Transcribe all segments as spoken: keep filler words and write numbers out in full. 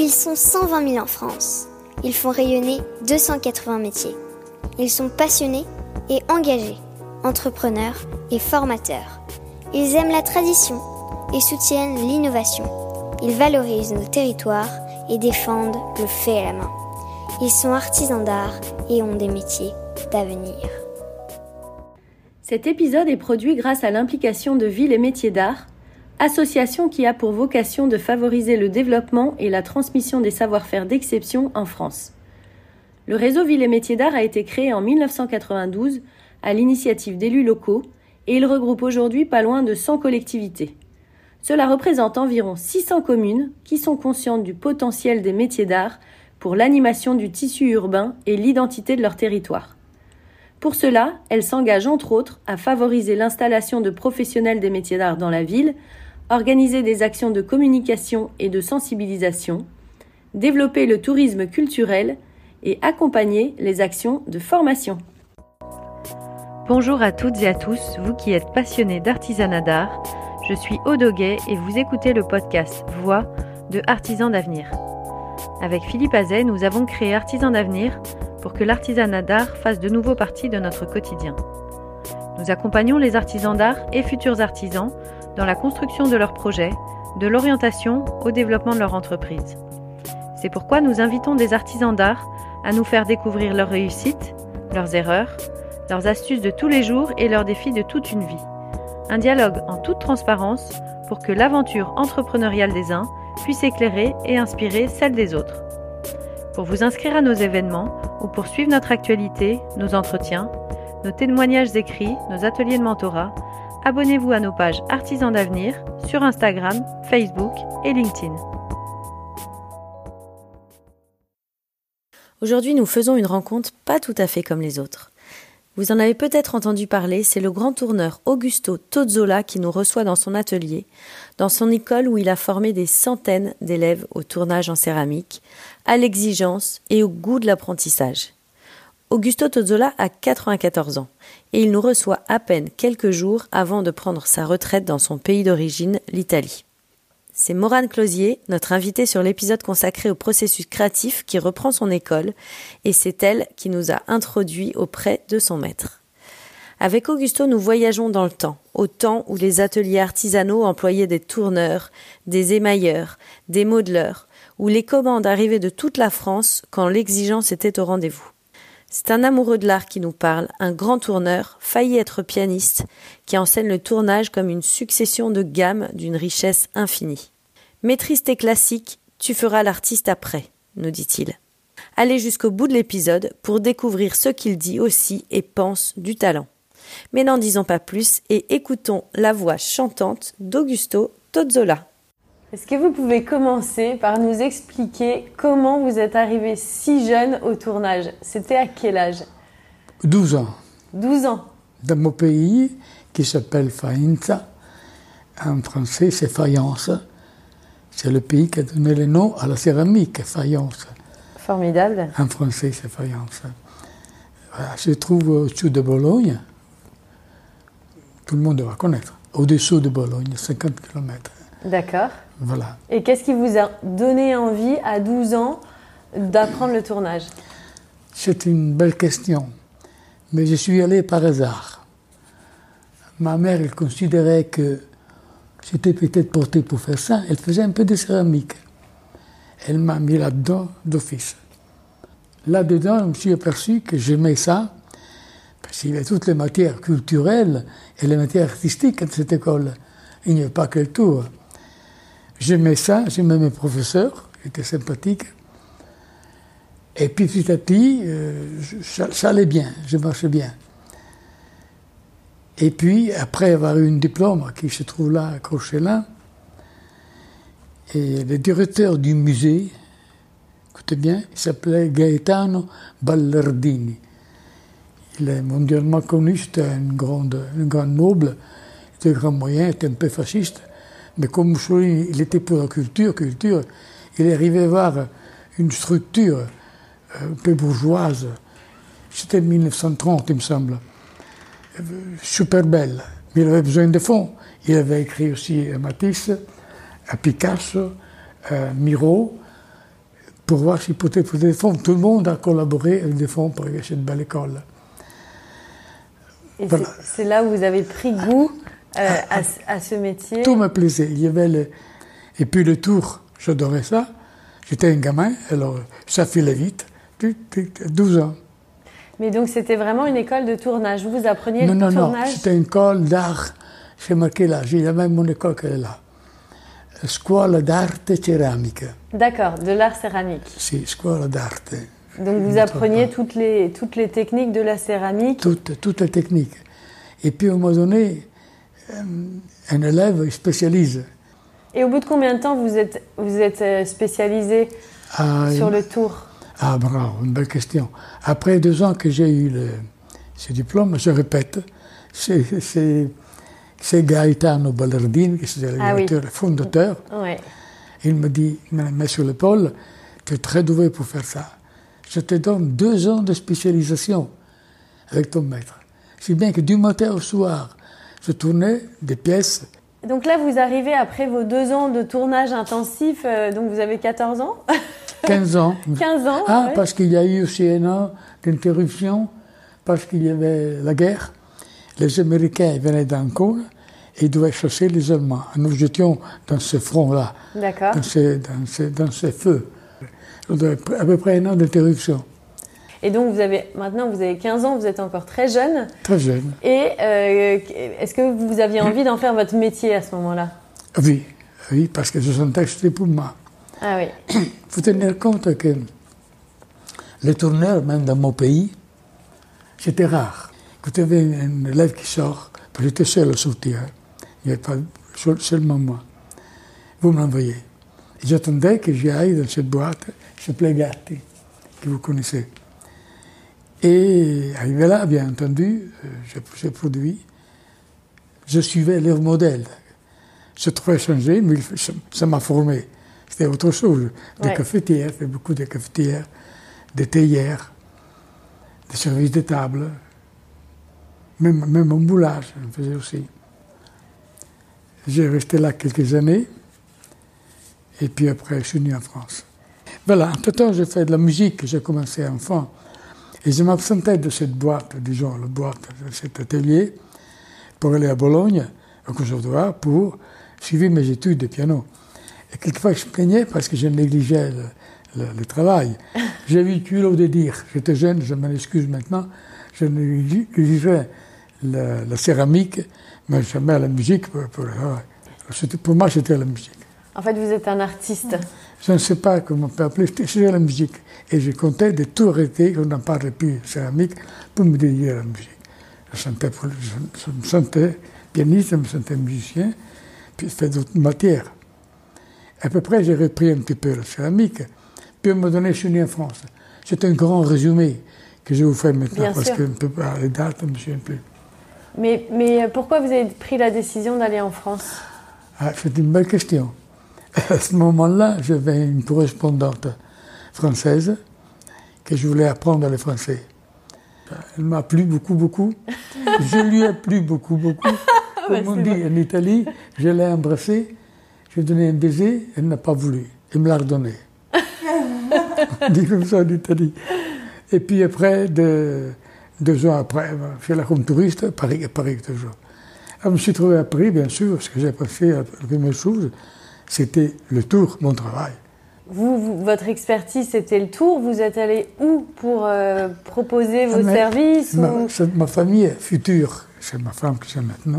Ils sont cent vingt mille en France. Ils font rayonner deux cent quatre-vingts métiers. Ils sont passionnés et engagés, entrepreneurs et formateurs. Ils aiment la tradition et soutiennent l'innovation. Ils valorisent nos territoires et défendent le fait à la main. Ils sont artisans d'art et ont des métiers d'avenir. Cet épisode est produit grâce à l'implication de Ville et Métiers d'Art, association qui a pour vocation de favoriser le développement et la transmission des savoir-faire d'exception en France. Le réseau Ville et Métiers d'Art a été créé en dix-neuf cent quatre-vingt-douze à l'initiative d'élus locaux et il regroupe aujourd'hui pas loin de cent collectivités. Cela représente environ six cents communes qui sont conscientes du potentiel des métiers d'art pour l'animation du tissu urbain et l'identité de leur territoire. Pour cela, elles s'engagent entre autres à favoriser l'installation de professionnels des métiers d'art dans la ville, organiser des actions de communication et de sensibilisation, développer le tourisme culturel et accompagner les actions de formation. Bonjour à toutes et à tous, vous qui êtes passionnés d'artisanat d'art. Je suis Aude Auguet et vous écoutez le podcast Voix de Artisans d'avenir. Avec Philippe Azet, nous avons créé Artisans d'avenir pour que l'artisanat d'art fasse de nouveau partie de notre quotidien. Nous accompagnons les artisans d'art et futurs artisans dans la construction de leurs projets, de l'orientation au développement de leur entreprise. C'est pourquoi nous invitons des artisans d'art à nous faire découvrir leurs réussites, leurs erreurs, leurs astuces de tous les jours et leurs défis de toute une vie. Un dialogue en toute transparence pour que l'aventure entrepreneuriale des uns puisse éclairer et inspirer celle des autres. Pour vous inscrire à nos événements ou pour suivre notre actualité, nos entretiens, nos témoignages écrits, nos ateliers de mentorat, abonnez-vous à nos pages Artisans d'avenir sur Instagram, Facebook et LinkedIn. Aujourd'hui, nous faisons une rencontre pas tout à fait comme les autres. Vous en avez peut-être entendu parler, c'est le grand tourneur Augusto Tozzola qui nous reçoit dans son atelier, dans son école où il a formé des centaines d'élèves au tournage en céramique, à l'exigence et au goût de l'apprentissage. Augusto Tozzola a quatre-vingt-quatorze ans et il nous reçoit à peine quelques jours avant de prendre sa retraite dans son pays d'origine, l'Italie. C'est Morane Closier, notre invitée sur l'épisode consacré au processus créatif qui reprend son école, et c'est elle qui nous a introduits auprès de son maître. Avec Augusto, nous voyageons dans le temps, au temps où les ateliers artisanaux employaient des tourneurs, des émailleurs, des modeleurs, où les commandes arrivaient de toute la France quand l'exigence était au rendez-vous. C'est un amoureux de l'art qui nous parle, un grand tourneur, failli être pianiste, qui enseigne le tournage comme une succession de gammes d'une richesse infinie. Maîtrise tes classiques, tu feras l'artiste après, nous dit-il. Allez jusqu'au bout de l'épisode pour découvrir ce qu'il dit aussi et pense du talent. Mais n'en disons pas plus et écoutons la voix chantante d'Augusto Tozzola. Est-ce que vous pouvez commencer par nous expliquer comment vous êtes arrivé si jeune au tournage ? C'était à quel âge ? douze ans. douze ans. Dans mon pays, qui s'appelle Faenza, en français c'est Fayence. C'est le pays qui a donné le nom à la céramique, Fayence. Formidable. En français c'est Fayence. Voilà, je trouve au-dessus de Bologne, tout le monde doit connaître, au-dessous de Bologne, cinquante kilomètres. D'accord. Voilà. Et qu'est-ce qui vous a donné envie, à douze ans, d'apprendre le tournage ? C'est une belle question, mais je suis allé par hasard. Ma mère, elle considérait que j'étais peut-être porté pour faire ça. Elle faisait un peu de céramique. Elle m'a mis là-dedans d'office. Là-dedans, je me suis aperçu que j'aimais ça, parce qu'il y avait toutes les matières culturelles et les matières artistiques à cette école. Il n'y avait pas que le tour. J'aimais ça, j'aimais mes professeurs, ils étaient sympathiques. Et puis petit à petit, euh, ça, ça allait bien, je marchais bien. Et puis, après avoir eu un diplôme qui se trouve là, accroché là, et le directeur du musée, écoutez bien, il s'appelait Gaetano Ballardini. Il est mondialement connu, c'était un grand, un grand noble, il était grand moyen, il était un peu fasciste. Mais comme Mussolini, il était pour la culture, culture, il est arrivé à voir une structure un peu bourgeoise. C'était en dix-neuf cent trente, il me semble. Super belle. Mais il avait besoin de fonds. Il avait écrit aussi à Matisse, à Picasso, à Miro. pour voir s'il pouvait trouver des fonds. Tout le monde a collaboré avec des fonds pour avoir cette belle école. Et voilà. C'est là où vous avez pris goût euh, à, à ce métier. Tout me plaisait. Il y avait le... Et puis le tour, j'adorais ça. J'étais un gamin, alors ça filait vite. douze ans. Mais donc c'était vraiment une école de tournage. Vous appreniez non, le non, tournage? Non, non, c'était une école d'art. C'est marqué là. Il y a même mon école qui est là. Scuola d'arte ceramica. D'accord, de l'art céramique. Si, scuola d'arte. Donc vous appreniez toutes les, toutes les techniques de la céramique? Toutes, toutes les techniques. Et puis à un moment donné, un élève spécialise. Et au bout de combien de temps vous êtes, vous êtes spécialisé ah, sur le tour? Ah bravo, une belle question. Après deux ans que j'ai eu le, ce diplôme, je répète, c'est, c'est, c'est Gaetano Ballardini, qui est le ah, oui. fondateur. Ouais. Il me dit, il me met sur l'épaule, tu es très doué pour faire ça. Je te donne deux ans de spécialisation avec ton maître. Si bien que du matin au soir, je tournais des pièces. Donc là, vous arrivez après vos deux ans de tournage intensif, euh, donc vous avez quatorze ans? quinze ans. quinze ans. Ah, ouais. Parce qu'il y a eu aussi un an d'interruption, parce qu'il y avait la guerre. Les Américains venaient d'Ancône et ils devaient chasser les Allemands. Nous étions dans ce front-là, D'accord. Dans ces, dans ces, dans ces feux. À peu près un an d'interruption. Et donc, vous avez, maintenant, vous avez quinze ans, vous êtes encore très jeune. Très jeune. Et euh, est-ce que vous aviez envie d'en faire votre métier à ce moment-là? Oui, oui, parce que je sentais que c'était pour moi. Ah oui. Il faut tenir compte que les tourneurs, même dans mon pays, c'était rare. Quand tu avais un élève qui sort, parce que j'étais seul au sortir, il n'y avait pas seulement moi, vous me l'envoyez. Et j'attendais que j'y aille dans cette boîte, qui s'appelait Gatti, que vous connaissez. Et arrivé là, bien entendu, j'ai produit, je suivais leur modèle. Je trouvais changer, mais ça m'a formé. C'était autre chose. Des ouais. cafetières, fait beaucoup de cafetières, des théières, des services de table, même, même en moulage, on faisait aussi. J'ai resté là quelques années, et puis après, je suis venu en France. Voilà, entre-temps, j'ai fait de la musique, j'ai commencé enfant, et je m'absentais de cette boîte, disons, la boîte, de cet atelier, pour aller à Bologne, au conservatoire, pour suivre mes études de piano. Et quelquefois, je me plaignais parce que je négligeais le, le, le travail. J'ai eu le culot de dire, j'étais jeune, je m'en excuse maintenant, je négligeais la, la céramique, mais jamais la musique. Pour, pour, pour moi, c'était la musique. En fait, vous êtes un artiste. Je ne sais pas comment on peut appeler, c'était la musique. Et je comptais de tout arrêter, qu'on n'en parle plus de céramique, pour me dédier à la musique. Je, sentais, je, je me sentais pianiste, je me sentais musicien, puis je fais d'autres matières. À peu près, j'ai repris un petit peu la céramique, puis à un moment donné, je suis né en France. C'est un grand résumé que je vous fais maintenant, Bien parce sûr. que je ne peux pas, les dates, je ne me souviens plus. Mais, mais pourquoi vous avez pris la décision d'aller en France? Ah, c'est une belle question. À ce moment-là, j'avais une correspondante française que je voulais apprendre le français. Elle m'a plu beaucoup, beaucoup. Je lui ai plu beaucoup, beaucoup. Comme bah, on dit bon. En Italie, je l'ai embrassée, je lui ai donné un baiser, elle n'a pas voulu. Elle me l'a redonné. On dit comme ça en Italie. Et puis après, de, deux ans après, je suis là comme touriste, à Paris, à Paris toujours. Alors, je me suis trouvé à Paris, bien sûr, ce que j'ai pas fait, la première chose, c'était le tour, mon travail. Vous, vous, votre expertise, c'était le tour. Vous êtes allé où pour euh, proposer vos ah, services ma, ou... ma famille future, c'est ma femme qui c'est maintenant.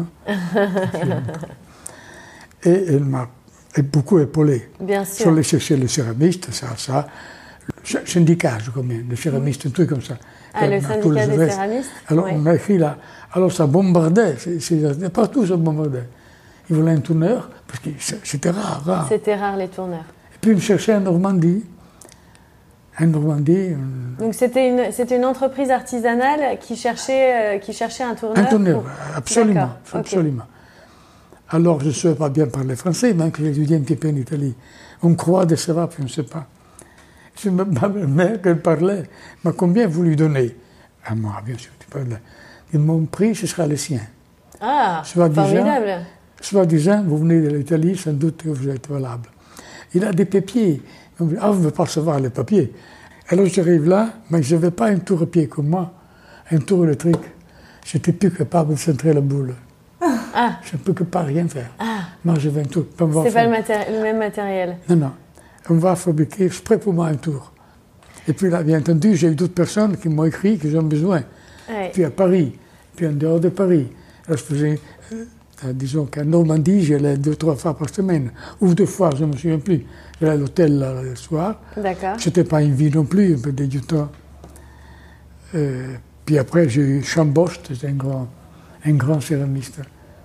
Et elle m'a beaucoup épaulé. Bien sûr. Je suis allé chercher le céramiste, ça, ça. Le syndicat, je connais, le céramiste, un truc comme ça. Ah, le syndicat des céramistes. Alors, oui. on m'a écrit là. Alors, ça bombardait. C'est, c'est, partout, ça bombardait. Ils voulaient un tourneur, parce que c'était rare, rare. C'était rare, les tourneurs. Et puis, ils me cherchaient en Normandie. En Normandie. On... Donc, c'était une, c'était une entreprise artisanale qui cherchait, euh, qui cherchait un tourneur. Un tourneur, pour... absolument. absolument. Okay. Alors, je ne savais pas bien parler français, même que j'ai étudié un petit peu en Italie. On croit de savoir, puis on ne sait pas. C'est ma mère qui parlait. Mais combien vous lui donnez? À moi, bien sûr, tu parles. Et mon prix, ce sera le sien. Ah, soit formidable. Disant, soit disant, vous venez de l'Italie, sans doute que vous êtes valable. Il a des papiers, On me dit, ah, vous ne veut pas recevoir les papiers. Alors j'arrive là, mais je n'avais pas un tour-pied comme moi, un tour électrique. Je n'étais plus capable de centrer la boule. Ah. Je ne peux que pas rien faire. Ah. Moi, j'avais un tour. C'est pas le, matéri- le même matériel. Non, non. On va fabriquer exprès pour moi un tour. Et puis là, bien entendu, j'ai eu d'autres personnes qui m'ont écrit qu'ils ont besoin. Ouais. Puis à Paris, puis en dehors de Paris. Alors je faisais, euh, disons qu'à Normandie, j'allais deux, trois fois par semaine. Ou deux fois, je ne me souviens plus. J'allais à l'hôtel là, le soir. D'accord. C'était pas une vie non plus, un peu débutant. Euh, puis après, j'ai eu Chambosch, c'était un grand, un grand céramiste.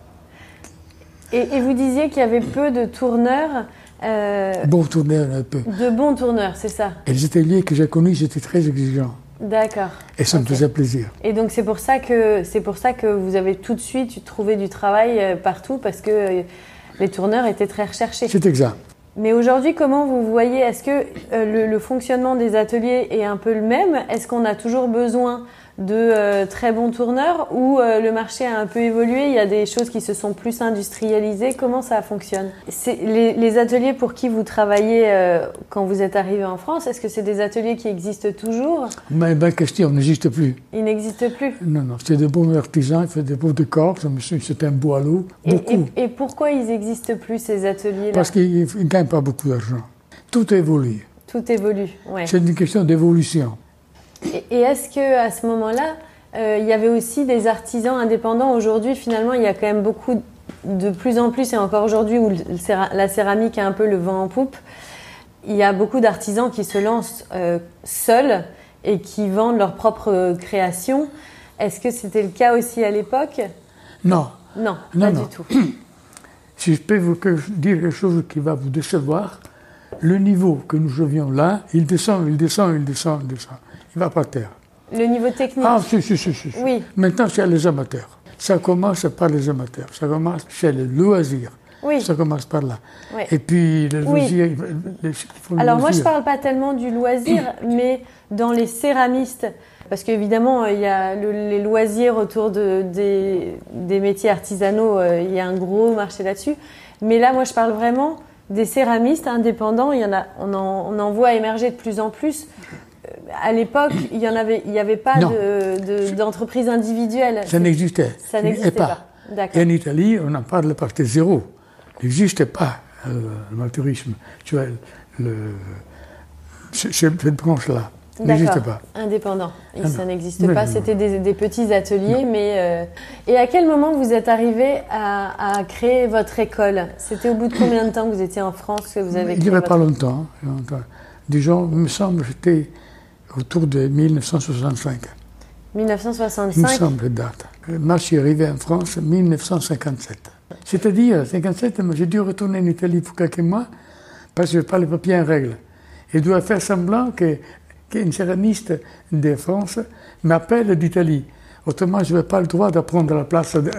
Et, et vous disiez qu'il y avait peu de tourneurs. Euh, Bon tourneur un peu. De bons tourneurs, c'est ça. Et les ateliers que j'ai connus, j'étais très exigeant. D'accord. Et ça okay. me faisait plaisir. Et donc c'est pour ça que c'est pour ça que vous avez tout de suite trouvé du travail euh, partout, parce que euh, les tourneurs étaient très recherchés. C'est exact. Mais aujourd'hui, comment vous voyez, est-ce que euh, le, le fonctionnement des ateliers est un peu le même? Est-ce qu'on a toujours besoin de euh, très bons tourneurs ou euh, le marché a un peu évolué, il y a des choses qui se sont plus industrialisées? Comment ça fonctionne? C'est les, les ateliers pour qui vous travaillez euh, quand vous êtes arrivé en France, est-ce que c'est des ateliers qui existent toujours? Mais ma question n'existe plus. Ils n'existent plus? Non, non, c'est des bons artisans, ils font des beaux décors, c'est un beau à l'eau, beaucoup. Et, et, et pourquoi ils n'existent plus, ces ateliers-là? Parce qu'ils ne gagnent pas beaucoup d'argent. Tout évolue. Tout évolue, ouais. C'est une question d'évolution. Et, et est-ce qu'à ce moment-là, euh, il y avait aussi des artisans indépendants? Aujourd'hui, finalement, il y a quand même beaucoup, de plus en plus, et encore aujourd'hui où le, la céramique a un peu le vent en poupe, il y a beaucoup d'artisans qui se lancent euh, seuls et qui vendent leurs propres créations. Est-ce que c'était le cas aussi à l'époque? Non. Non, non pas non. du tout. Si je peux vous dire quelque chose qui va vous décevoir, le niveau que nous avions là, il descend, il descend, il descend, il descend. Il va par terre. Le niveau technique? Ah, si, si, si, si. Oui. Maintenant, c'est les amateurs. Ça commence par les amateurs. Ça commence chez les loisirs. Oui. Ça commence par là. Oui. Et puis, les Oui. loisirs... Les, les, Alors, loisirs. moi, je ne parle pas tellement du loisir, mais dans les céramistes. Parce qu'évidemment, il y a le, les loisirs autour de, des, des métiers artisanaux, euh, il y a un gros marché là-dessus. Mais là, moi, je parle vraiment des céramistes indépendants. Il y en a, on, en, on en voit émerger de plus en plus. À l'époque, il n'y avait, il y avait pas de, de, d'entreprise individuelle. Ça n'existait. Ça n'existait pas. pas. D'accord. Et en Italie, on en parle parce que zéro. Il n'existait pas euh, l'amateurisme. Tu vois, le, cette branche-là. N'existe pas. Indépendant. Et ah ça n'existe oui, pas. oui. C'était des, des petits ateliers, non. mais. Euh... Et à quel moment vous êtes arrivé à, à créer votre école? C'était au bout de combien de temps que vous étiez en France que vous avez créé? Il n'y avait votre... pas longtemps. longtemps. Disons, il me semble, j'étais autour de mille neuf cent soixante-cinq. mille neuf cent soixante-cinq. Il me semble, date. Moi, je suis arrivé en France en mille neuf cent cinquante-sept. C'est-à-dire, en cinquante-sept, j'ai dû retourner en Italie pour quelques mois parce que je n'avais pas les papiers en règle. Et je dois faire semblant que. qu'une céramiste de France m'appelle d'Italie. Autrement, je n'avais pas le droit d'apprendre la place à,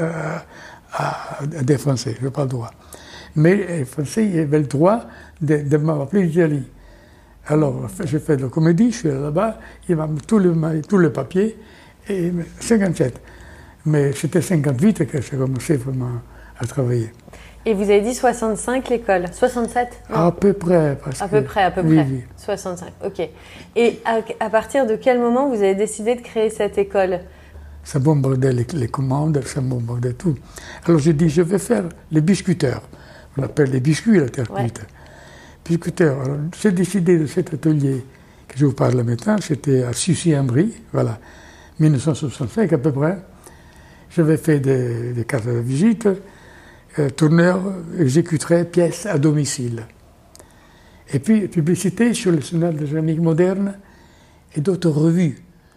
à, à des Français. Je n'avais pas le droit. Mais les Français avaient le droit de, de m'appeler d'Italie. Alors, j'ai fait de la comédie, je suis là-bas, il m'a mis tous les, tous les papiers, et cinquante-sept. Mais c'était cinquante-huit que j'ai commencé vraiment à travailler. Et vous avez dit soixante-cinq l'école, soixante-sept? À peu près. Parce à que, peu près, à peu oui, près. Oui. soixante-cinq, ok. Et à, à partir de quel moment vous avez décidé de créer cette école? Ça bombardait les, les commandes, ça bombardait tout. Alors j'ai dit, je vais faire les biscuiteurs. On appelle les biscuits la terre cuite. Ouais. Biscuiteurs. Alors j'ai décidé de cet atelier que je vous parle maintenant, c'était à Sucy-en-Brie, voilà, mille neuf cent soixante-cinq à peu près. J'avais fait des, des cartes de visite. Euh, tourneur exécuterait pièces à domicile. Et puis, publicité sur le Journal de céramique moderne et d'autres revues.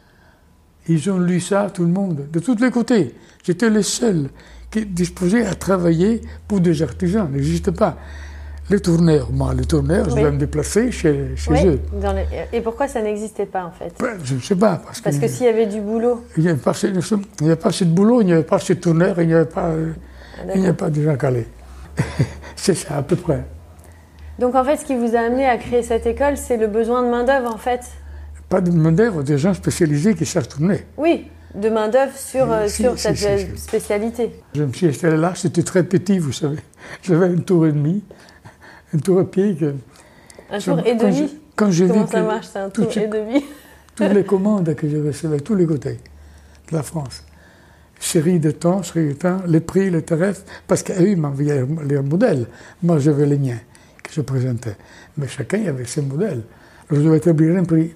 Ils ont lu ça, tout le monde, de tous les côtés. J'étais le seul qui disposait à travailler pour des artisans, ça n'existe pas. Les tourneurs, moi, les tourneurs, oui. Je vais me déplacer chez, chez oui, eux. Dans le... Et pourquoi ça n'existait pas, en fait? Ben, je ne sais pas. Parce, parce que, que s'il y avait du boulot... Il n'y avait pas assez de boulot, il n'y avait pas assez de tourneurs, il n'y avait pas... Il n'y a pas de gens calés. C'est ça, à peu près. Donc, en fait, ce qui vous a amené à créer cette école, c'est le besoin de main-d'œuvre, en fait? Pas de main-d'œuvre, des gens spécialisés qui savent tourner. Oui, de main-d'œuvre sur, euh, si, sur si, cette si, si. spécialité. Je me suis installé là, c'était très petit, vous savez. J'avais une tour et demie, une tour à pied. Que... Un tour et quand demi je, quand j'ai Comment vu ça que marche, c'est un tour toutes, et demi toutes les commandes que je recevais, tous les côtés de la France, série de temps, série de temps, les prix, les tarifs, parce qu'eux, ils m'envoyaient les modèles. Moi, j'avais les miens que je présentais. Mais chacun avait ses modèles. Alors, je devais établir un prix.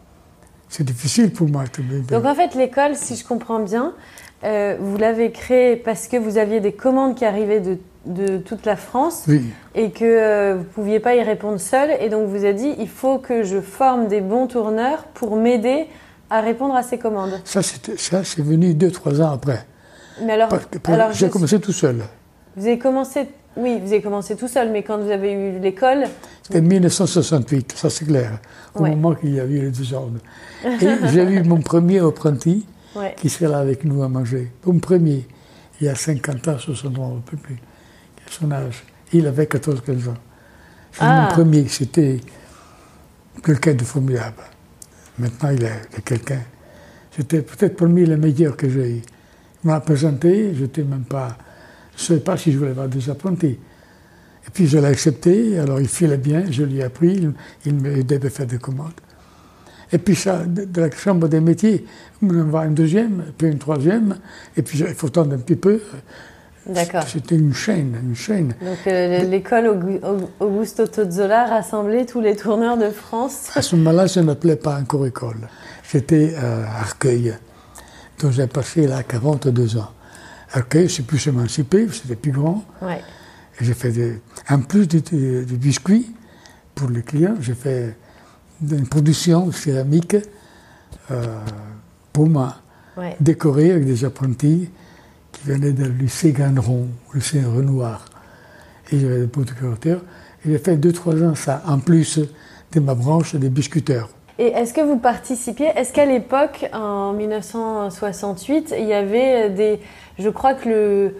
C'est difficile pour moi. Donc, en fait, l'école, si je comprends bien, euh, vous l'avez créée parce que vous aviez des commandes qui arrivaient de, de toute la France oui. et que euh, vous ne pouviez pas y répondre seul. Et donc, vous avez dit, il faut que je forme des bons tourneurs pour m'aider à répondre à ces commandes. Ça, ça c'est venu deux, trois ans après. Mais alors, parce que, alors j'ai je... commencé tout seul. Vous avez commencé, oui, vous avez commencé tout seul, mais quand vous avez eu l'école... C'était mille neuf cent soixante-huit, ça c'est clair, au ouais. moment qu'il y a eu les deux ordres. Et j'ai eu mon premier apprenti ouais. qui serait là avec nous à manger. Mon premier, il y a cinquante ans, soixante ans, un peu plus, son âge. Il avait quatorze quinze ans. Ah. Mon premier, c'était quelqu'un de formidable. Maintenant, il est, il est quelqu'un. C'était peut-être parmi les meilleurs que j'ai eu. Il m'a présenté, je n'étais même pas... Je ne savais pas si je voulais avoir des apprentis. Et puis je l'ai accepté, alors il filait bien, je lui ai appris, il, il m'aidait à faire des commandes. Et puis ça, de, de la chambre des métiers, on en va une deuxième, puis une troisième, et puis il faut attendre un petit peu. D'accord. C'était une chaîne, une chaîne. Donc euh, l'école Augusto Tozzola rassemblait tous les tourneurs de France. À ce moment-là, ça ne m'appelait pas encore école. J'étais à Arcueil, dont j'ai passé là quarante-deux ans. Arcueil, c'est plus émancipé, c'était plus grand. Ouais. Et j'ai fait des, en plus des de, de biscuits pour les clients, j'ai fait une production céramique euh, pour moi, ouais. décorée avec des apprentis qui venaient du lycée Gandron, le lycée Renoir. Et j'avais des beaux décorateurs. Et j'ai fait deux, trois ans ça, en plus de ma branche des biscuiteurs. Et est-ce que vous participiez, est-ce qu'à l'époque, en mille neuf cent soixante-huit, il y avait des... Je crois que le,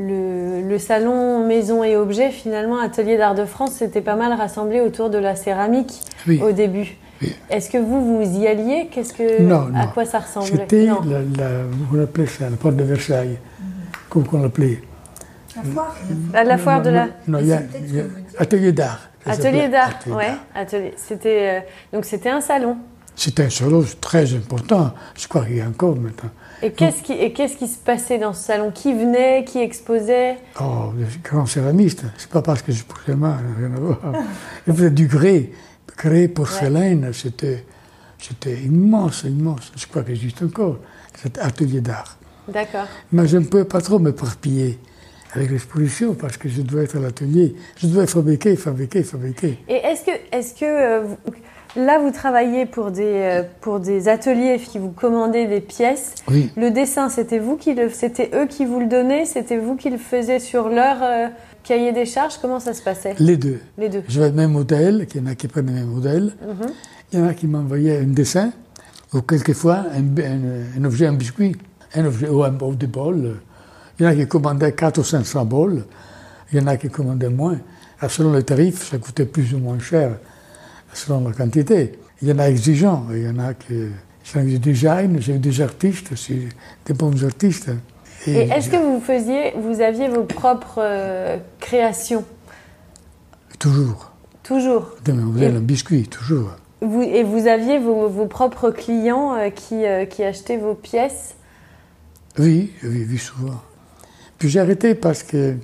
le, le salon Maison et Objets, finalement, Atelier d'Art de France, s'était pas mal rassemblé autour de la céramique oui. au début. Oui. Est-ce que vous, vous y alliez? Qu'est-ce que, non, à non. quoi ça ressemblait? C'était, la, la, on appelait ça, la porte de Versailles, mm-hmm. comme on l'appelait. La foire À la foire non, de la... Non, il y a, il y a Atelier d'Art. Atelier d'Art, oui. C'était, euh, donc c'était un salon. C'était un salon très important, je crois qu'il y a encore maintenant. Et qu'est-ce qui, et qu'est-ce qui se passait dans ce salon? Qui venait, qui exposait? Oh, les grands céramistes. C'est pas parce que je poussais mal, rien à voir. Il faisait du grès, grès, porcelaine, ouais. c'était, c'était immense, immense. Je crois qu'il existe encore, cet atelier d'art. D'accord. Mais je ne pouvais pas trop m'éparpiller avec l'exposition parce que je devais être à l'atelier. Je devais fabriquer, fabriquer, fabriquer. Et est-ce que, est-ce que euh, vous... Là, vous travaillez pour des, euh, pour des ateliers qui vous commandaient des pièces. Oui. Le dessin, c'était vous qui le, c'était eux qui vous le donnaient, c'était vous qui le faisiez sur leur euh, cahier des charges. Comment ça se passait? Les deux. Les deux. J'avais le même modèle, il y en a qui prenaient le même modèle. Mm-hmm. Il y en a qui m'envoyaient un dessin, ou quelquefois un, un, un objet, un biscuit, un objet ou un bol de bol. Il y en a qui commandaient quatre ou cinq cents bols. Il y en a qui commandaient moins. Alors, selon les tarifs, ça coûtait plus ou moins cher. Selon la quantité. Il y en a exigeants, il y en a qui... J'ai eu du design, j'ai eu des artistes aussi, des bons artistes. Et, Et est-ce que vous faisiez, vous aviez vos propres euh, créations? Toujours. Toujours. De mes modèles en biscuit, toujours. Vous, et vous aviez vos, vos propres clients euh, qui, euh, qui achetaient vos pièces? Oui, oui, oui, souvent. Puis j'ai arrêté parce que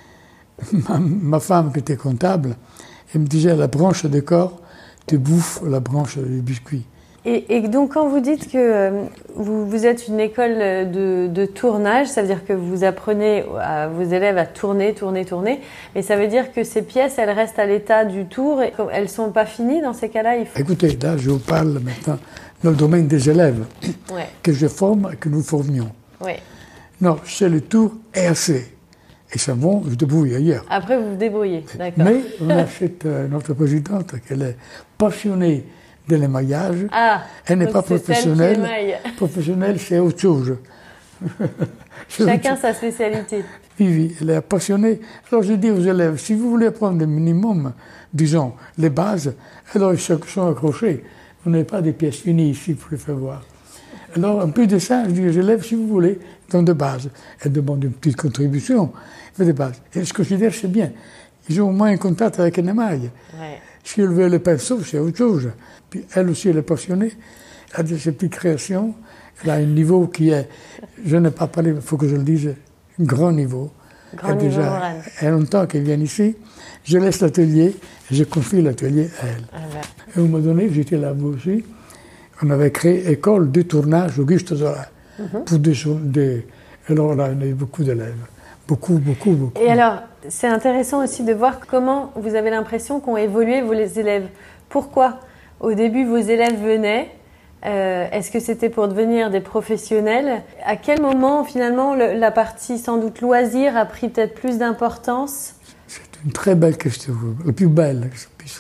ma, ma femme, qui était comptable, elle me disait, la branche de corps, tu bouffes la branche des biscuits. Et, et donc, quand vous dites que euh, vous, vous êtes une école de, de tournage, ça veut dire que vous apprenez à vos élèves à tourner, tourner, tourner, mais ça veut dire que ces pièces, elles restent à l'état du tour, et elles ne sont pas finies dans ces cas-là il faut... Écoutez, là, je vous parle maintenant dans le domaine des élèves ouais. que je forme et que nous formions. Ouais. Non, c'est le tour et assez. Et ça va, je débrouille ailleurs. Après, vous vous débrouillez, d'accord. Mais on a cette, euh, notre présidente, qu'elle est passionnée de l'émaillage. Ah, elle n'est pas professionnelle. Professionnelle, c'est autre chose. Chacun sa spécialité. Oui, oui, elle est passionnée. Alors je dis aux élèves, si vous voulez apprendre le minimum, disons, les bases, alors ils sont accrochés. Vous n'avez pas des pièces finies ici pour les faire voir. Alors, en plus de ça, je dis aux élèves, si vous voulez, dans de bases. Elles demandent une petite contribution, fait des bases. Et je considère que c'est bien. Ils ont au moins un contact avec une émail. Ouais. Si elle veut le pinceau, c'est autre chose. Puis elle aussi, elle est passionnée. Elle a de ses petites créations. Elle a un niveau qui est, je n'ai pas parlé, il faut que je le dise, un grand niveau. Grand elle niveau déjà, moral. il y a longtemps qu'elle vient ici. Je laisse l'atelier et je confie l'atelier à elle. Ah ben. Et à un moment donné, j'étais là-bas aussi. On avait créé école de tournage Auguste Zola. Mm-hmm. Pour des, des, alors là, on a eu beaucoup d'élèves. Beaucoup, beaucoup, beaucoup. Et alors, c'est intéressant aussi de voir comment vous avez l'impression qu'ont évolué vos élèves. Pourquoi au début vos élèves venaient euh, Est-ce que c'était pour devenir des professionnels? À quel moment finalement le, la partie sans doute loisir a pris peut-être plus d'importance? C'est une très belle question, la plus belle.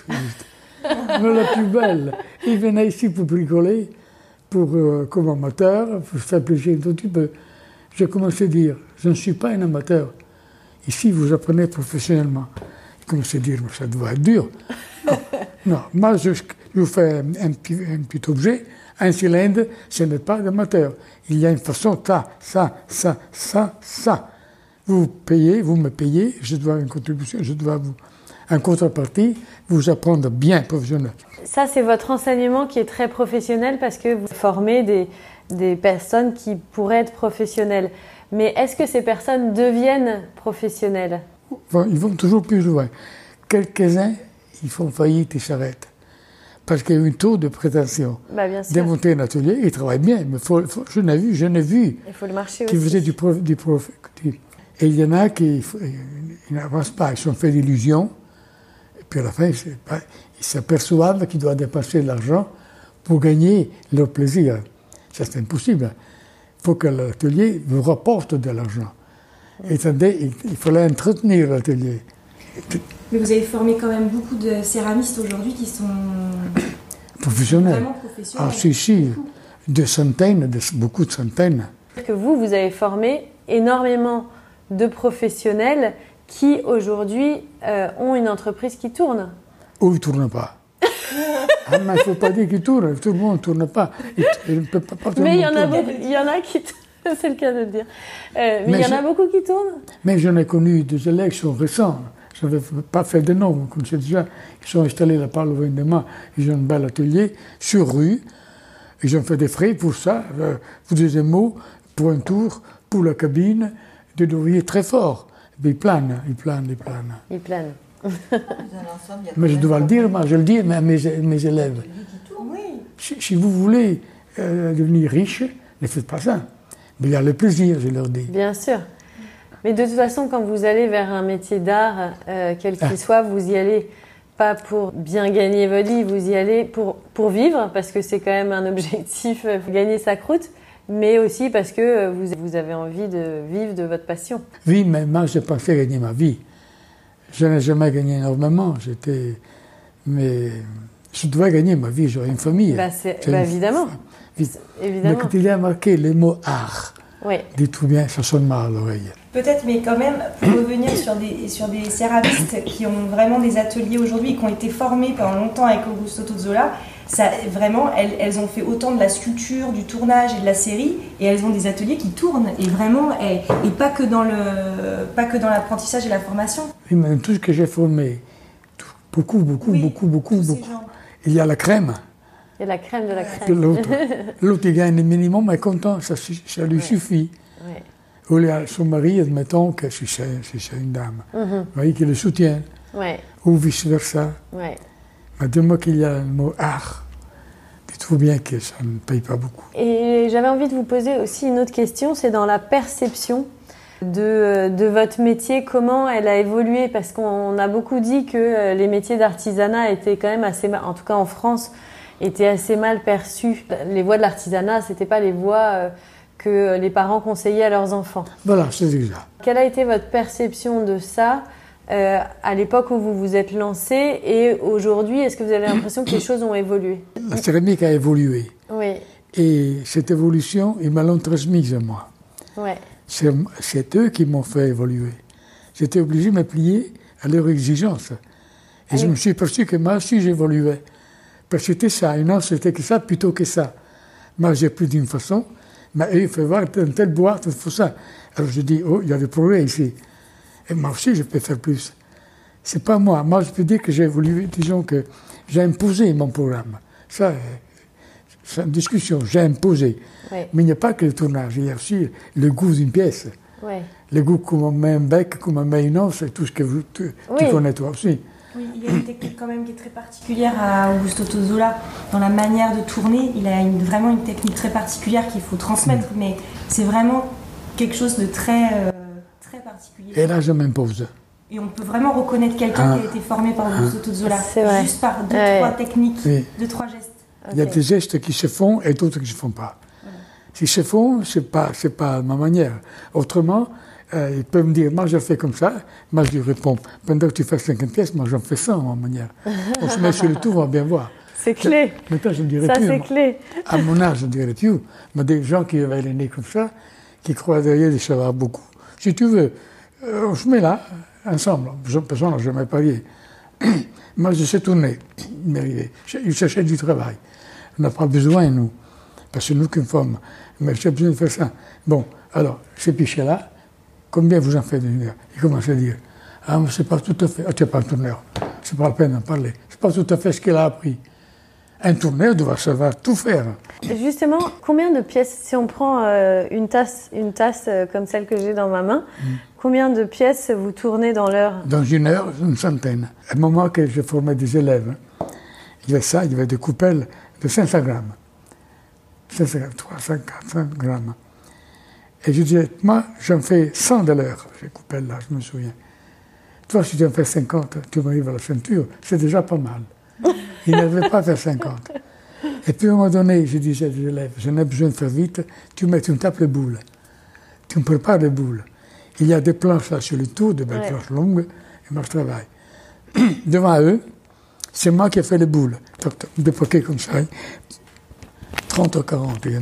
Mais la plus belle. Ils venaient ici pour bricoler, pour, euh, comme amateur, pour faire plaisir un tout petit peu. J'ai commencé à dire, je ne suis pas un amateur. Ici, vous apprenez professionnellement. J'ai commencé à dire, mais ça doit être dur. Non, non. Moi, je, je fais un petit, un petit objet, un cylindre, ce n'est pas d'amateur. Il y a une façon, ça, ça, ça, ça, ça. Vous payez, vous me payez, je dois une contribution, je dois vous, en contrepartie, vous apprendre bien professionnel. Ça, c'est votre enseignement qui est très professionnel parce que vous formez des, des personnes qui pourraient être professionnelles. Mais est-ce que ces personnes deviennent professionnelles? Ils vont toujours plus loin. Quelques-uns, ils font faillite et s'arrêtent. Parce qu'il y a un taux de prétention. Bah, bien sûr. Démonter un atelier, ils travaillent bien, mais faut, faut, je n'ai vu, je n'ai vu. Il faut le marché qui aussi. faisaient du prof, du prof. Et il y en a qui ils n'avancent pas, ils sont faits d'illusions. Et puis à la fin, pas, ils s'aperçoivent qu'ils doivent dépenser de l'argent pour gagner leur plaisir. Ça, c'est impossible. Il faut que l'atelier vous rapporte de l'argent. Et attendez, il, il fallait entretenir l'atelier. Mais vous avez formé quand même beaucoup de céramistes aujourd'hui qui sont professionnels. Vraiment professionnels. Ah si, si, de centaines, de, beaucoup de centaines. Que vous, vous avez formé énormément de professionnels qui aujourd'hui euh, ont une entreprise qui tourne. Ou ils ne tournent pas. Ah, mais il ne faut pas dire qu'ils tournent, tout le monde ne tourne pas. Il, il ne peut pas, pas mais il y, en a beaucoup, il y en a qui tournent, c'est le cas de le dire. Euh, mais, mais il y en a beaucoup qui tournent. Mais j'en ai connu des élèves qui sont récents. Je n'avais pas fait de nom, comme c'est déjà. Ils sont installés là-bas le vingt-deux. Ils ont un bel atelier sur rue. Ils ont fait des frais pour ça, pour des émaux, pour un tour, pour la cabine, des ouvriers très forts. Ils planent, ils planent, ils planent. Ils planent. Mais je dois le dire, moi, je le dis à mes, mes élèves. Si, si vous voulez euh, devenir riche, ne faites pas ça. Mais il y a le plaisir, je leur dis. Bien sûr. Mais de toute façon, quand vous allez vers un métier d'art, euh, quel qu'il ah. soit, vous y allez pas pour bien gagner votre vie, vous y allez pour, pour vivre, parce que c'est quand même un objectif, gagner sa croûte, mais aussi parce que vous, vous avez envie de vivre de votre passion. Oui, mais moi, je pensais gagner ma vie. Je n'ai jamais gagné énormément, j'étais... mais je devais gagner ma vie, j'aurais une famille. Bah c'est, bah évidemment. Oui. évidemment. Mais quand il y a marqué le mot art, oui. dites-vous bien, ça sonne mal à l'oreille. Peut-être, mais quand même, pour revenir sur des, sur des céramistes qui ont vraiment des ateliers aujourd'hui, qui ont été formés pendant longtemps avec Augusto Tozzola, ça, vraiment, elles, elles ont fait autant de la sculpture, du tournage et de la série, et elles ont des ateliers qui tournent, et vraiment, et, et pas que dans le, pas que dans l'apprentissage et la formation. Oui, mais tout ce que j'ai formé, tout, beaucoup, beaucoup, oui, beaucoup, beaucoup, beaucoup. Il y a la crème. Il y a la crème de la crème. L'autre, l'autre, il gagne le minimum, mais content, ça, ça lui ouais. suffit. Ouais. Ou il y a son mari, admettons que si c'est, si c'est une dame, mm-hmm. vous voyez, qui le soutient. Ouais. Ou vice-versa. Ouais. Mais de moi qu'il y a le mot art, dites-vous bien que ça ne paye pas beaucoup. Et j'avais envie de vous poser aussi une autre question, c'est dans la perception de, de votre métier, comment elle a évolué, parce qu'on a beaucoup dit que les métiers d'artisanat étaient quand même assez mal, en tout cas en France, étaient assez mal perçus. Les voies de l'artisanat, c'était pas les voies que les parents conseillaient à leurs enfants. Voilà, c'est ça. Quelle a été votre perception de ça euh, à l'époque où vous vous êtes lancé et aujourd'hui, est-ce que vous avez l'impression que les choses ont évolué? La céramique a évolué. Oui. Et cette évolution, ils me l'ont transmise à moi. Ouais. C'est, c'est eux qui m'ont fait évoluer. J'étais obligé de me plier à leurs exigences. Et ah, je oui. me suis aperçu que moi aussi j'évoluais. Parce que c'était ça, et non, c'était que ça plutôt que ça. Moi, j'ai pris d'une façon, mais eux, il faut voir une telle boîte, il faut ça. Alors je dis, oh, il y a des progrès ici. Et moi aussi, je peux faire plus. c'est pas moi. Moi, je peux dire que j'ai voulu, disons que j'ai imposé mon programme. Ça, c'est une discussion, j'ai imposé. Ouais. Mais il n'y a pas que le tournage, il y a aussi le goût d'une pièce. Ouais. Le goût comment on met un bec, comment on met une os, c'est tout ce que vous, tu, Oui. tu connais toi aussi. Oui, il y a une technique quand même qui est très particulière à Augusto Tozzola. Dans la manière de tourner, il a une, vraiment une technique très particulière qu'il faut transmettre, mm. mais c'est vraiment quelque chose de très, euh, très particulier. Et là, je m'impose. Et on peut vraiment reconnaître quelqu'un ah. qui a été formé par Augusto ah. Tozzola, juste par deux, ouais. trois techniques, oui. deux, trois gestes. Okay. Il y a des gestes qui se font et d'autres qui ne se font pas. Ouais. S'ils se font, ce n'est pas, c'est pas ma manière. Autrement, euh, ils peuvent me dire, moi je fais comme ça, moi je lui réponds, pendant que tu fais cinquante pièces, moi j'en fais cent à ma manière. On se met sur le tour, on va bien voir. C'est clé. Maintenant, je ne dirais ça, plus. c'est clé. À mon âge, je ne dirais plus. Mais des gens qui avaient les nez comme ça, qui croient derrière de savoir beaucoup. Si tu veux, euh, on se met là, ensemble. De toute façon, je ne vais pas parier. Moi, je sais tourner. Il cherchait du travail. On n'a pas besoin, nous. Parce que nous qui sommes. Mais j'ai besoin de faire ça. Bon, alors, ce pichet-là, combien vous en faites d'une heure? Il commence à dire, ah, mais c'est pas tout à fait. Ah, tu n'es pas un tourneur. C'est pas la peine d'en parler. C'est pas tout à fait ce qu'il a appris. Un tourneur doit savoir tout faire. Justement, combien de pièces, si on prend euh, une tasse, une tasse euh, comme celle que j'ai dans ma main, mm. combien de pièces vous tournez dans l'heure? Dans une heure, une centaine. À un moment que je formais des élèves, il y avait ça, il y avait des coupelles de cinq cents grammes. cinq cents grammes, trois cents, quatre cents grammes. Et je disais, moi, j'en fais cent de l'heure, ces coupelles-là, je me souviens. Toi, si tu en fais cinquante, tu m'arrives à la ceinture, c'est déjà pas mal. Il n'avait pas fait cinquante. Et puis à un moment donné, je disais à des élèves, je n'ai besoin de faire vite, tu mets, tu me tapes les boules. Tu me prépares les boules. Il y a des planches là sur le tour, de belles ouais. planches longues, et moi je travaille. Devant eux, c'est moi qui ai fait les boules. Toc, toc, des paquets comme ça, trente ou quarante, il y en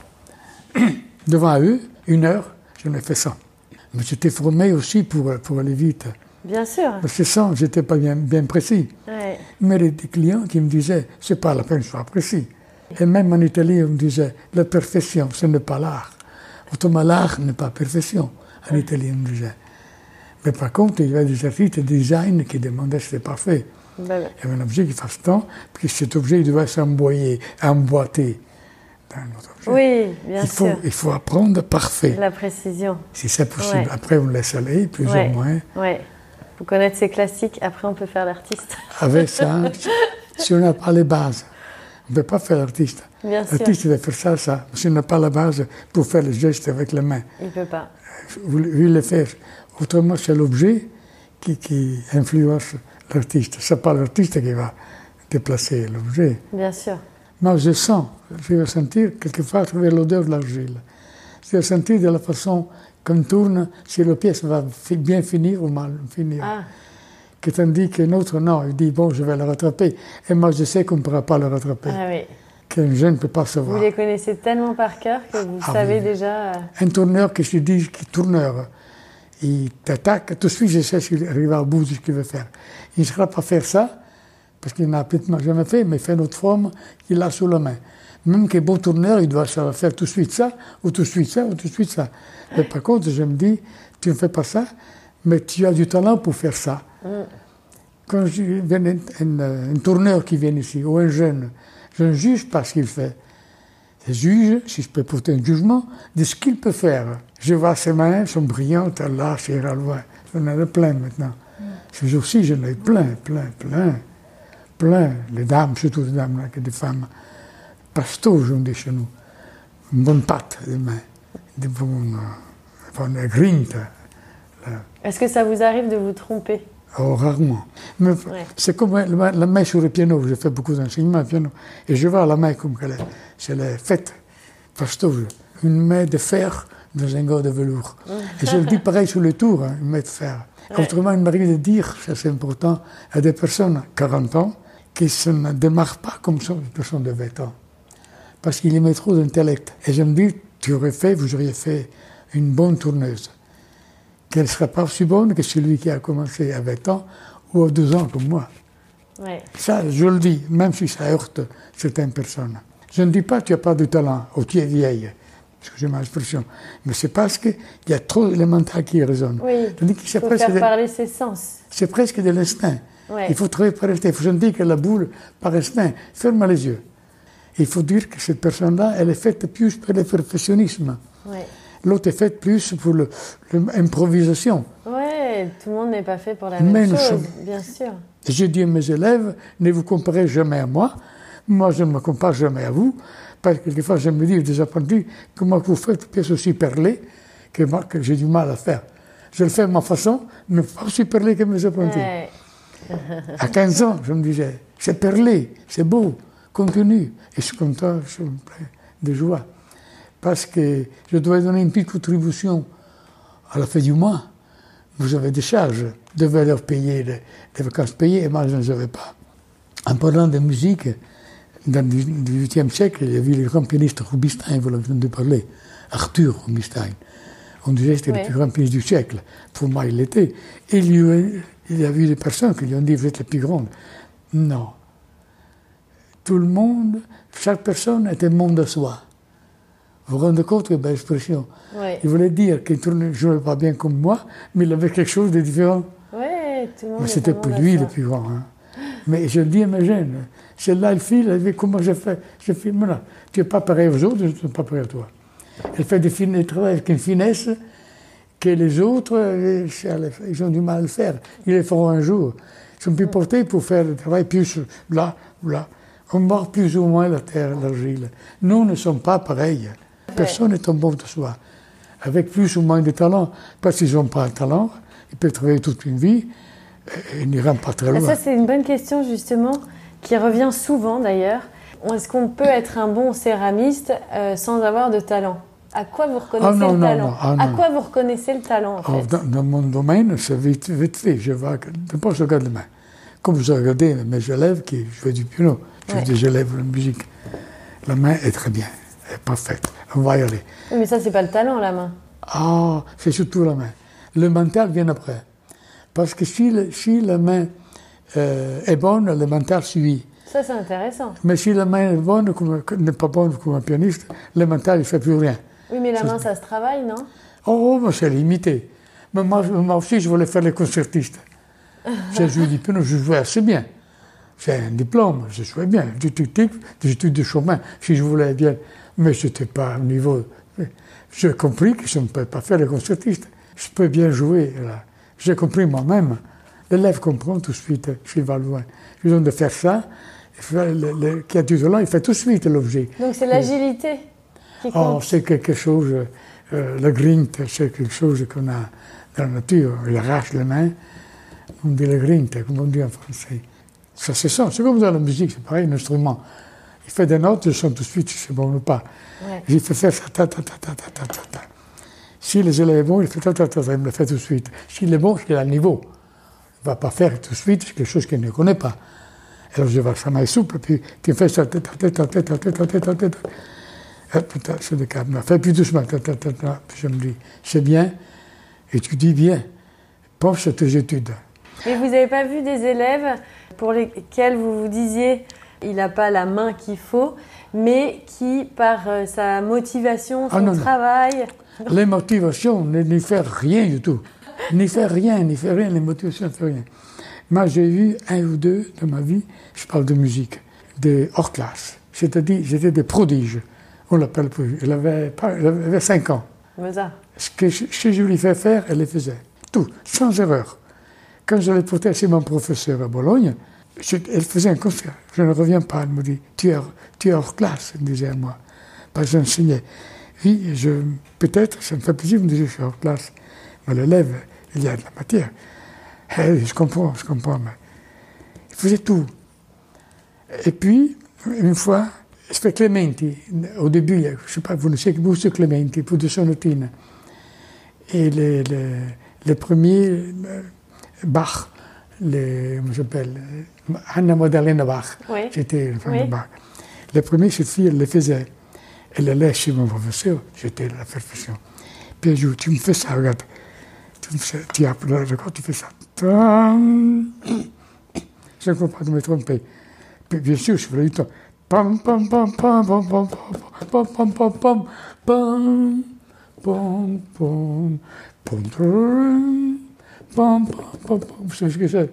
avait. Devant eux, une heure, j'en ai fait cent. Mais j'étais formé aussi pour, pour aller vite. Bien sûr. Parce que sans, j'étais pas bien, bien précis. Ouais. Mais les clients qui me disaient, c'est pas la peine que je sois précis. Et même en Italie, on me disait, la perfection, ce n'est pas l'art. Autrement, l'art n'est pas perfection. En ouais. Italie, on me disait. Mais par contre, il y avait des artistes de design qui demandaient si c'était parfait. Ben, il y avait un objet qui fasse tant, puis cet objet, il devait s'emboyer, emboîter dans notre objet. Oui, bien il faut, sûr. Il faut apprendre parfait. La précision. Si c'est possible. Ouais. Après, on laisse aller, plus ouais. ou moins. Ouais. Faut connaître ses classiques, après on peut faire l'artiste. Avec ça, si on n'a pas les bases, on ne peut pas faire l'artiste. L'artiste doit faire ça, ça. Si on n'a pas la base pour faire les gestes avec les mains, il ne peut pas. Vous voulez le faire. Autrement, c'est l'objet qui, qui influence l'artiste. Ce n'est pas l'artiste qui va déplacer l'objet. Bien sûr. Moi, je sens, je vais sentir quelquefois à travers l'odeur de l'argile. Je vais sentir de la façon qu'on tourne, si la pièce va bien finir ou mal finir. Ah. Que tandis qu'un autre, non, il dit, bon, je vais le rattraper. Et moi, je sais qu'on ne pourra pas le rattraper. Ah oui. Qu'un jeune ne peut pas savoir. Vous les connaissez tellement par cœur que vous ah, savez oui. déjà... Un tourneur qui se dit, qui tourneur, il t'attaque, tout de suite, je sais s'il arrive au bout de ce qu'il veut faire. Il ne sera pas faire ça, parce qu'il n'a peut-être jamais fait, mais il fait une autre forme qu'il a sous la main. Même qu'un bon tourneur, il doit savoir faire tout de suite ça, ou tout de suite ça, ou tout de suite ça. Mais par contre, je me dis, tu ne fais pas ça, mais tu as du talent pour faire ça. Mm. Quand je viens un, un, un tourneur qui vient ici, ou un jeune, je ne juge pas ce qu'il fait. Je juge, si je peux porter un jugement, de ce qu'il peut faire. Je vois ses mains, sont brillantes, là, c'est à loin. J'en ai plein maintenant. Mm. Ce jour-ci, j'en ai plein, plein, plein, plein. Les dames, surtout les dames, là, que des femmes. Pastouge, on dit chez nous. Une bonne patte des mains. Des bonnes, bonnes grintes. Est-ce que ça vous arrive de vous tromper? Oh, rarement. Mais ouais. C'est comme la, la main sur le piano. J'ai fait beaucoup d'enseignements au piano. Et je vois la main comme elle est. Elle est faite. Pastouge. Une main de fer dans un gant de velours. Et je le dis pareil sur le tour, hein, une main de fer. Ouais. Autrement, il m'arrive de dire, ça c'est important, à des personnes, quarante ans, qui ne se démarrent pas comme ça, des personnes de vingt ans. Parce qu'il y met trop d'intellect. Et je me dis, tu aurais fait, vous auriez fait une bonne tourneuse. Qu'elle ne sera pas aussi bonne que celui qui a commencé à vingt ans ou à deux ans comme moi. Ouais. Ça, je le dis, même si ça heurte certaines personnes. Je ne dis pas que tu n'as pas de talent ou tu es vieille. excusez-moi l'expression, mais c'est parce qu'il y a trop d'élémentaires qui résonnent. Oui, il faut faire de... parler ses sens. C'est presque de l'instinct. Ouais. Il faut travailler par instinct. Il faut sentir que la boule, par instinct, ferme les yeux. Il faut dire que cette personne-là, elle est faite plus pour le perfectionnisme. Ouais. L'autre est faite plus pour l'improvisation. Oui, tout le monde n'est pas fait pour la même mais chose, sommes... bien sûr. Je dis à mes élèves, ne vous comparez jamais à moi. Moi, je ne me compare jamais à vous. Parce que quelquefois, je me dis, des apprentis, comment vous faites une pièce aussi perlée que moi, que j'ai du mal à faire. Je le fais de ma façon, mais pas aussi perlé que mes apprentis. Ouais. À quinze ans, je me disais, c'est perlé, c'est beau, continue. Et je suis content, je suis plein de joie. Parce que je dois donner une petite contribution à la fin du mois. Vous avez des charges, vous devez leur payer les, les vacances payées, et moi je ne les avais pas. En parlant de musique, dans le dix-huitième siècle, il y avait le grand pianiste Rubinstein, vous l'avez entendu parler, Arthur Rubinstein. On disait que c'était oui. le plus grand pianiste du siècle. Pour moi, il l'était. Et il y, a, il y a eu des personnes qui lui ont dit, vous êtes le plus grand. Non. Tout le monde, chaque personne est un monde à soi. Vous vous rendez compte que belle expression. Oui. Il voulait dire qu'il ne jouait pas bien comme moi, mais il avait quelque chose de différent. Oui, tout le monde. Mais c'était pour lui le plus grand. Hein. Mais je le dis à mes jeunes, celle-là, elle file, elle dit comment je fais, je filme là. Tu n'es pas pareil aux autres, je ne suis pas pareil à toi. Elle fait des films, elle travaille avec une finesse que les autres, ils ont du mal à le faire. Ils le feront un jour. Ils sont plus portés pour faire le travail plus là, là. On mord plus ou moins la terre, l'argile. Nous ne sommes pas pareils. Personne n'est en bon de soi. Avec plus ou moins de talent. Parce qu'ils n'ont pas de talent, ils peuvent travailler toute une vie et ils n'iront pas très loin. Ça, c'est une bonne question, justement, qui revient souvent d'ailleurs. Est-ce qu'on peut être un bon céramiste euh, sans avoir de talent? À quoi vous reconnaissez ah non, le non, talent non, ah À quoi vous reconnaissez le talent, en fait oh, dans, dans mon domaine, c'est vite, vite fait. Je vois, d'abord, je regarde les mains. Comme vous regardez mes élèves qui jouent du piano, je ouais. des élèves de musique. La main est très bien, elle est parfaite. On va y aller. Mais ça, c'est pas le talent, la main. Ah, c'est surtout la main. Le mental vient après. Parce que si, le, si la main euh, est bonne, le mental suit. Ça, c'est intéressant. Mais si la main est bonne, n'est pas bonne comme un pianiste, le mental, il ne fait plus rien. Oui, mais la main, ça se travaille, non? Oh, mais c'est limité. Mais moi, moi aussi, je voulais faire les concertistes. J'ai joué du piano, je jouais assez bien. J'ai un diplôme, je jouais bien. Des études de chemin, si je voulais bien. Mais ce n'était pas au niveau... J'ai compris que je ne peux pas faire les concertistes. Je peux bien jouer, là. J'ai compris moi-même. L'élève comprend tout de suite, s'il va loin. Je lui donne de faire ça, le, le, qui a du talent, il fait tout de suite l'objet. Donc c'est l'agilité qui compte. Oh, c'est quelque chose, euh, le grind, c'est quelque chose qu'on a dans la nature. Il arrache les mains, on dit le grind, comme on dit en français. Ça se sent, c'est comme dans la musique, c'est pareil, un instrument. Il fait des notes, je sens tout de suite si c'est bon ou pas. Ouais. Il fait faire ça, ta, ta, ta, ta, ta, ta, ta, ta. Si les élèves sont bons, il fait ta, ta, ta, ta, il me le fait tout de suite. S'il est bon, c'est à niveau. Il ne va pas faire tout de suite, c'est quelque chose qu'il ne connaît pas. Alors je vois sa main souple, puis tu fais ça, tête, tête, tête, tête, tête, tête, tête. Hop, c'est le cas. Fais plus doucement, tête, tête, tête. Puis je me dis, c'est bien, et tu dis bien, pense à tes études. Et vous n'avez pas vu des élèves pour lesquels vous vous disiez, il n'a pas la main qu'il faut, mais qui, par euh, sa motivation, son ah non, travail... Non. Les motivations, n'y fait rien du tout. N'y fait rien, n'y fait rien, les motivations ne font rien. Moi, j'ai vu un ou deux dans ma vie, je parle de musique, des hors classe. C'est-à-dire, j'étais des prodiges. On l'appelle prodige. Elle avait, elle avait cinq ans. Mais ça. Ce que je, ce que je lui fais faire, elle le faisait. Tout, sans erreur. Quand je l'ai porté chez mon professeur à Bologne, je, elle faisait un concert. Je ne reviens pas, elle me dit, tu es, tu es hors classe, elle me disait à moi. Parce que j'enseignais. Oui, je, peut-être, ça me fait plaisir de me dire que je suis hors classe. Mais l'élève, il y a de la matière. Hey, je comprends, je comprends, mais il faisait tout. Et puis, une fois, c'était Clementi. Au début, je ne sais pas, vous ne savez que vous, c'est Clementi, pour de sonatine. Et les, les, les premiers, Bach, les, comment j'appelle, Anna Magdalena Bach, oui. C'était une femme oui. de Bach. Les premiers, cette fille, elle les faisait. Elle allait chez mon professeur, j'étais à la perfection. Puis un jour, tu me fais ça, regarde. Tu me fais, tu as, regarde, tu fais ça. Je ne comprends pas de me tromper. Puis bien sûr, je voulais du temps. Pam, pam, pam, pam, pam, pam, pam, pam, pam, pam, pam, pam, pam, pam, pam, pam, pam, vous savez ce que c'est?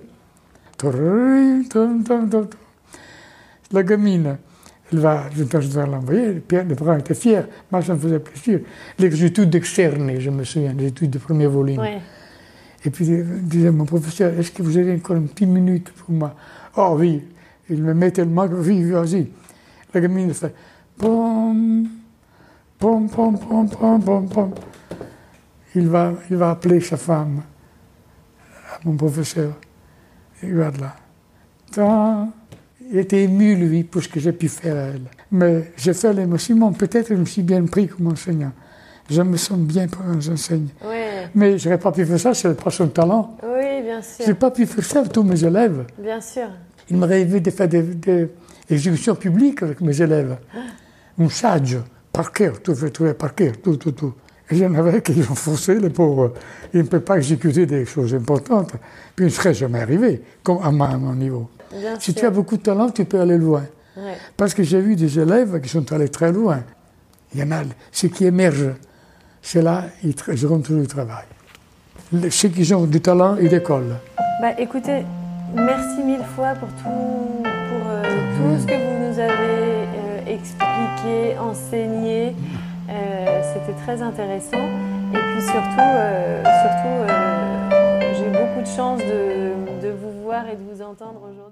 La gamine, elle va, je dois l'envoyer, Pierre de Brun était fier, moi ça me faisait plaisir. Les études externes, je me souviens, les études de premier volume. Ouais. Et puis il disait, mon professeur, est-ce que vous avez encore une petite minute pour moi? Oh oui, il me met tellement que oui, vas-y. La gamine fait pom, pom, pom, pom, pom, pom, pom. Il va, il va appeler sa femme, à mon professeur. Et regarde là. Tant. Il était ému, lui, pour ce que j'ai pu faire à elle. Mais j'ai fait l'émotion, peut-être je me suis bien pris comme enseignant. Je me sens bien pour un enseignant. Oui. Mais je n'aurais pas pu faire ça, c'est pas son talent. Oui, bien sûr. Je n'ai pas pu faire ça avec tous mes élèves. Bien sûr. Il m'aurait vu de faire des, des exécutions publiques avec mes élèves. Un sage, par cœur, tout fait trouver par cœur, tout, tout, tout. Et il y en avait qui ont forcé, les pauvres. Ils ne peuvent pas exécuter des choses importantes. Puis ils ne seraient jamais arrivés, comme à mon niveau. Bien si sûr. Tu as beaucoup de talent, tu peux aller loin. Ouais. Parce que j'ai vu des élèves qui sont allés très loin. Il y en a, ceux qui émergent, c'est là, ils, ils rentrent au travail. Ceux qui ont du talent, ils décollent. Bah, écoutez, merci mille fois pour tout, pour, euh, tout ce que vous nous avez euh, expliqué, enseigné. Euh, c'était très intéressant. Et puis surtout, euh, surtout euh, j'ai beaucoup de chance de, de vous voir et de vous entendre aujourd'hui.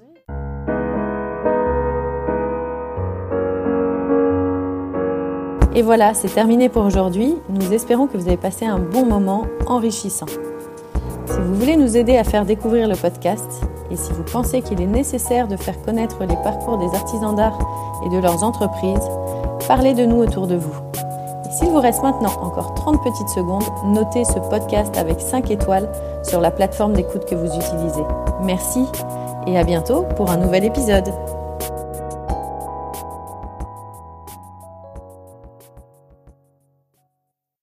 Et voilà, c'est terminé pour aujourd'hui. Nous espérons que vous avez passé un bon moment enrichissant. Si vous voulez nous aider à faire découvrir le podcast et si vous pensez qu'il est nécessaire de faire connaître les parcours des artisans d'art et de leurs entreprises, parlez de nous autour de vous. Et s'il vous reste maintenant encore trente petites secondes, notez ce podcast avec cinq étoiles sur la plateforme d'écoute que vous utilisez. Merci et à bientôt pour un nouvel épisode.